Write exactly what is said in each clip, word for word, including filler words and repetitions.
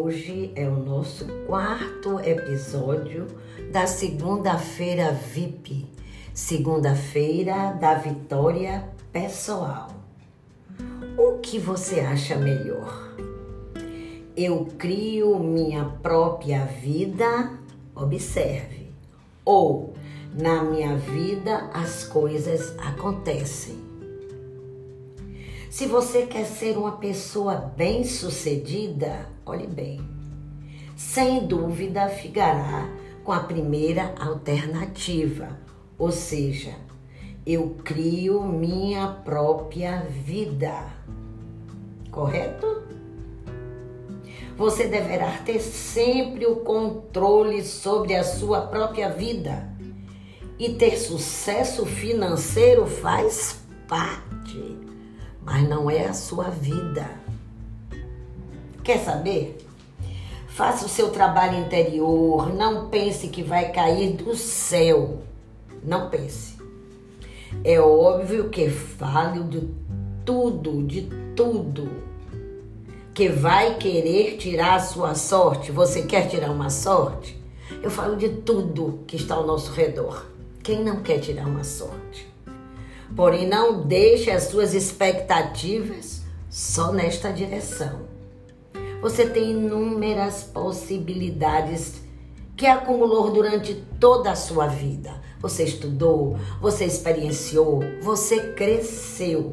hoje é o nosso quarto episódio da segunda-feira V I P, segunda-feira da vitória pessoal. O que você acha melhor? Eu crio minha própria vida, observe, ou na minha vida as coisas acontecem. Se você quer ser uma pessoa bem-sucedida, olhe bem, sem dúvida ficará com a primeira alternativa, ou seja, eu crio minha própria vida, correto? Você deverá ter sempre o controle sobre a sua própria vida e ter sucesso financeiro faz parte. Mas não é a sua vida. Quer saber? Faça o seu trabalho interior. Não pense que vai cair do céu. Não pense. É óbvio que falo de tudo, de tudo. Que vai querer tirar a sua sorte. Você quer tirar uma sorte? Eu falo de tudo que está ao nosso redor. Quem não quer tirar uma sorte? Porém, não deixe as suas expectativas só nesta direção. Você tem inúmeras possibilidades que acumulou durante toda a sua vida. Você estudou, você experienciou, você cresceu.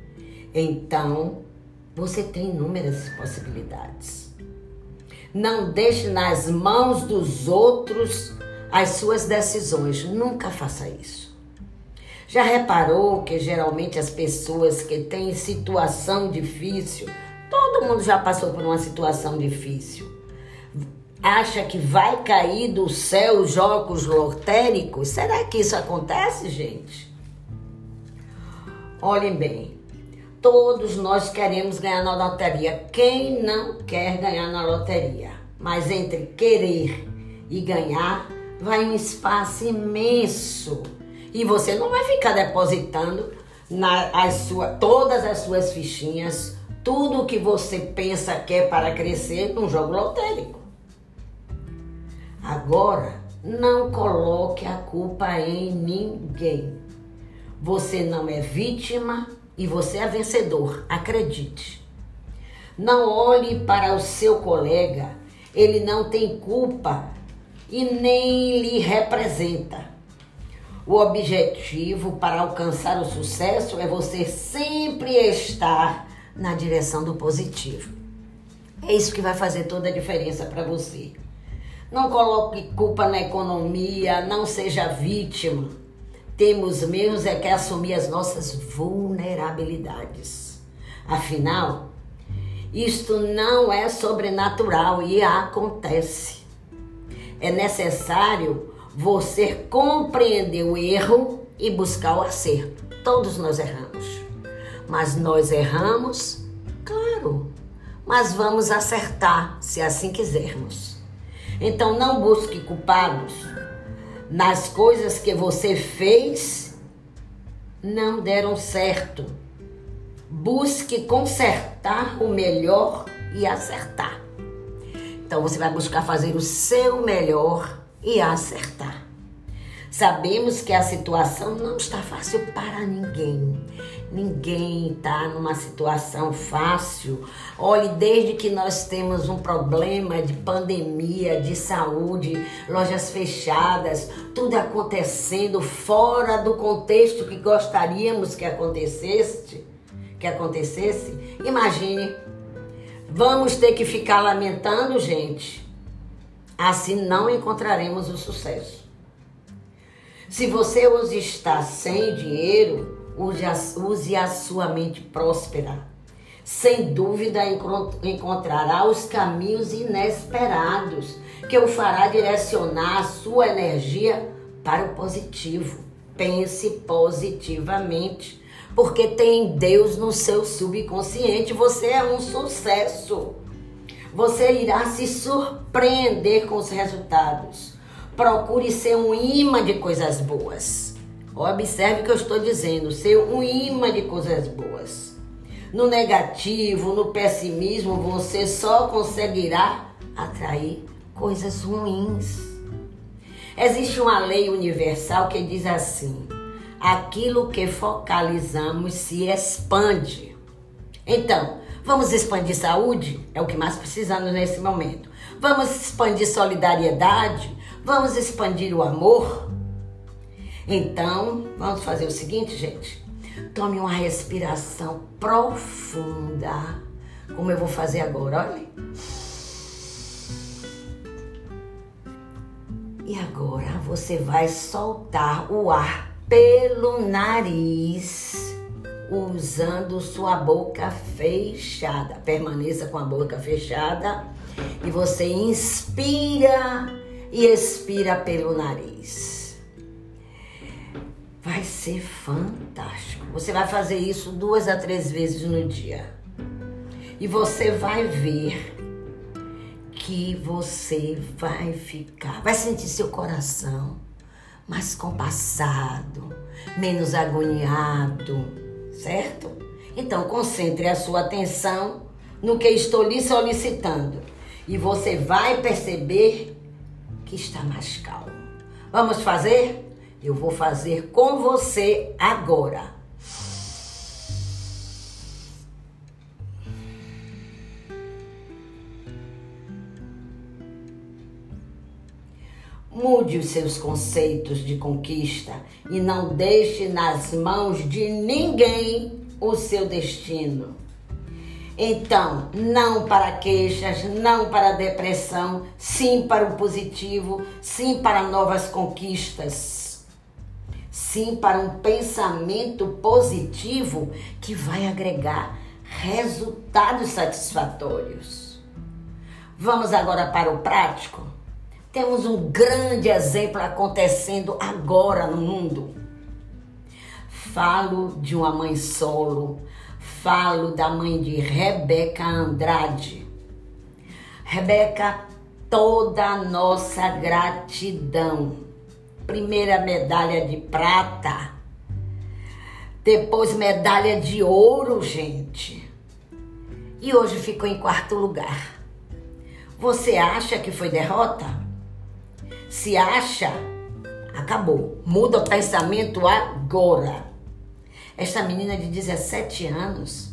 Então, você tem inúmeras possibilidades. Não deixe nas mãos dos outros as suas decisões. Nunca faça isso. Já reparou que geralmente as pessoas que têm situação difícil, todo mundo já passou por uma situação difícil, acha que vai cair do céu jogos lotéricos? Será que isso acontece, gente? Olhem bem, todos nós queremos ganhar na loteria. Quem não quer ganhar na loteria? Mas entre querer e ganhar vai um espaço imenso. E você não vai ficar depositando na, as sua, todas as suas fichinhas, tudo o que você pensa que é para crescer num jogo lotérico. Agora, não coloque a culpa em ninguém. Você não é vítima e você é vencedor, acredite. Não olhe para o seu colega, ele não tem culpa e nem lhe representa. O objetivo para alcançar o sucesso é você sempre estar na direção do positivo. É isso que vai fazer toda a diferença para você. Não coloque culpa na economia, não seja vítima. Temos mesmo é que assumir as nossas vulnerabilidades. Afinal, isto não é sobrenatural e acontece. É necessário você compreender o erro e buscar o acerto. Todos nós erramos. Mas nós erramos, claro. Mas vamos acertar, se assim quisermos. Então não busque culpados nas coisas que você fez não deram certo. Busque consertar o melhor e acertar. Então você vai buscar fazer o seu melhor e acertar. Sabemos que a situação não está fácil para ninguém. Ninguém está numa situação fácil. Olhe, desde que nós temos um problema de pandemia, de saúde, lojas fechadas, tudo acontecendo fora do contexto que gostaríamos que acontecesse, que acontecesse. Imagine, vamos ter que ficar lamentando, gente. Assim não encontraremos o sucesso. Se você hoje está sem dinheiro, use a, use a sua mente próspera. Sem dúvida encontrará os caminhos inesperados que o fará direcionar a sua energia para o positivo. Pense positivamente, porque tem Deus no seu subconsciente. Você é um sucesso. Você irá se surpreender com os resultados. Procure ser um imã de coisas boas. Observe o que eu estou dizendo, ser um imã de coisas boas. No negativo, no pessimismo, você só conseguirá atrair coisas ruins. Existe uma lei universal que diz assim: aquilo que focalizamos se expande. Então, vamos expandir saúde? É o que mais precisamos nesse momento. Vamos expandir solidariedade? Vamos expandir o amor? Então, vamos fazer o seguinte, gente. Tome uma respiração profunda, como eu vou fazer agora, olha. E agora você vai soltar o ar pelo nariz, usando sua boca fechada. Permaneça com a boca fechada e você inspira e expira pelo nariz. Vai ser fantástico. Você vai fazer isso duas a três vezes no dia. E você vai ver que você vai ficar, vai sentir seu coração mais compassado, menos agoniado, certo? Então, concentre a sua atenção no que estou lhe solicitando e você vai perceber que está mais calmo. Vamos fazer? Eu vou fazer com você agora. Mude os seus conceitos de conquista e não deixe nas mãos de ninguém o seu destino. Então, não para queixas, não para depressão, sim para o positivo, sim para novas conquistas. Sim para um pensamento positivo que vai agregar resultados satisfatórios. Vamos agora para o prático? Temos um grande exemplo acontecendo agora no mundo. Falo de uma mãe solo, falo da mãe de Rebeca Andrade. Rebeca, toda a nossa gratidão. Primeira medalha de prata, depois medalha de ouro, gente. E hoje ficou em quarto lugar. Você acha que foi derrota? Se acha, acabou. Muda o pensamento agora. Esta menina de dezessete anos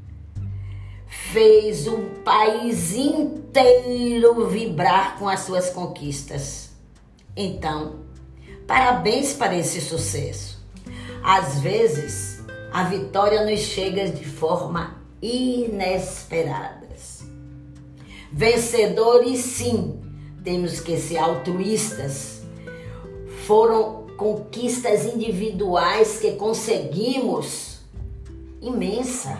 fez o país inteiro vibrar com as suas conquistas. Então, parabéns para esse sucesso. Às vezes, a vitória nos chega de forma inesperada. Vencedores, sim. Temos que ser altruístas. Foram conquistas individuais que conseguimos imensa.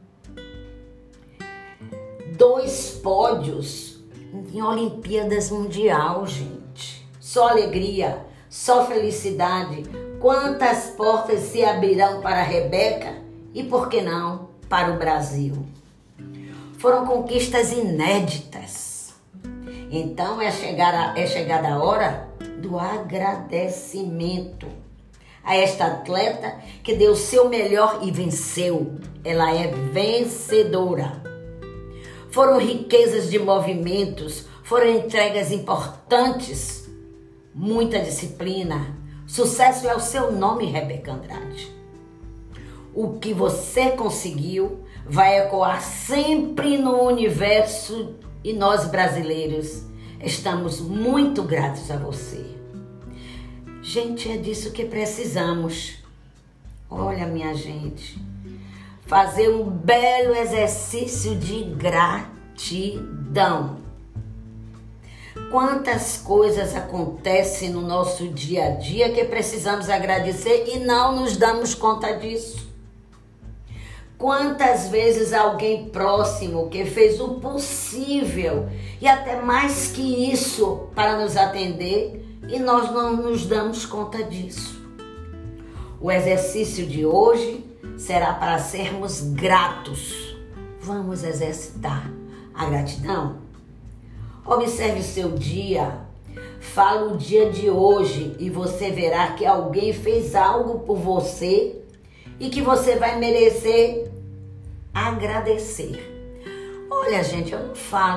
Dois pódios em Olimpíadas Mundial, gente. Só alegria, só felicidade. Quantas portas se abrirão para a Rebeca e, por que não, para o Brasil? Foram conquistas inéditas. Então é, chegar a, é chegada a hora do agradecimento a esta atleta que deu o seu melhor e venceu. Ela é vencedora. Foram riquezas de movimentos, foram entregas importantes, muita disciplina. Sucesso é o seu nome, Rebeca Andrade. O que você conseguiu vai ecoar sempre no universo. E nós, brasileiros, estamos muito gratos a você. Gente, é disso que precisamos. Olha, minha gente, fazer um belo exercício de gratidão. Quantas coisas acontecem no nosso dia a dia que precisamos agradecer e não nos damos conta disso. Quantas vezes alguém próximo que fez o possível e até mais que isso para nos atender e nós não nos damos conta disso. O exercício de hoje será para sermos gratos. Vamos exercitar a gratidão? Observe o seu dia. Fala o dia de hoje e você verá que alguém fez algo por você e que você vai merecer agradecer. Olha, gente, eu não falo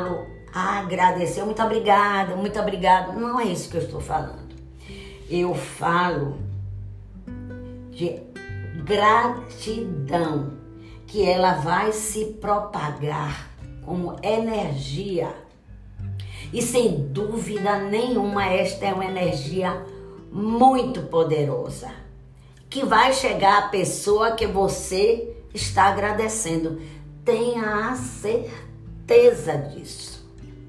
agradecer, muito obrigada, muito obrigado. Não é isso que eu estou falando. Eu falo de gratidão, que ela vai se propagar como energia. E sem dúvida nenhuma, esta é uma energia muito poderosa, que vai chegar à pessoa que você está agradecendo. Tenha a certeza disso.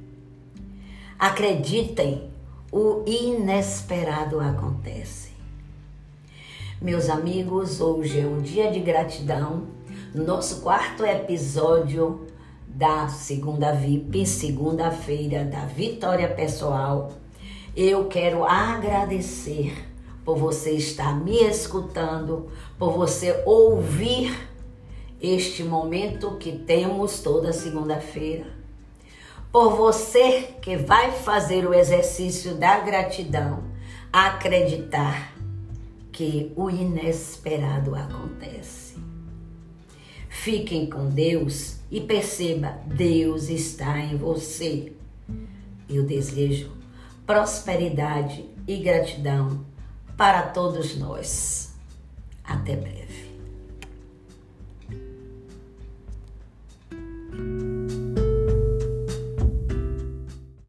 Acreditem, o inesperado acontece. Meus amigos, hoje é um dia de gratidão. Nosso quarto episódio da Segunda V I P, segunda-feira da Vitória Pessoal. Eu quero agradecer por você estar me escutando, por você ouvir este momento que temos toda segunda-feira, por você que vai fazer o exercício da gratidão, acreditar que o inesperado acontece. Fiquem com Deus e perceba, Deus está em você. Eu desejo prosperidade e gratidão para todos nós. Até breve.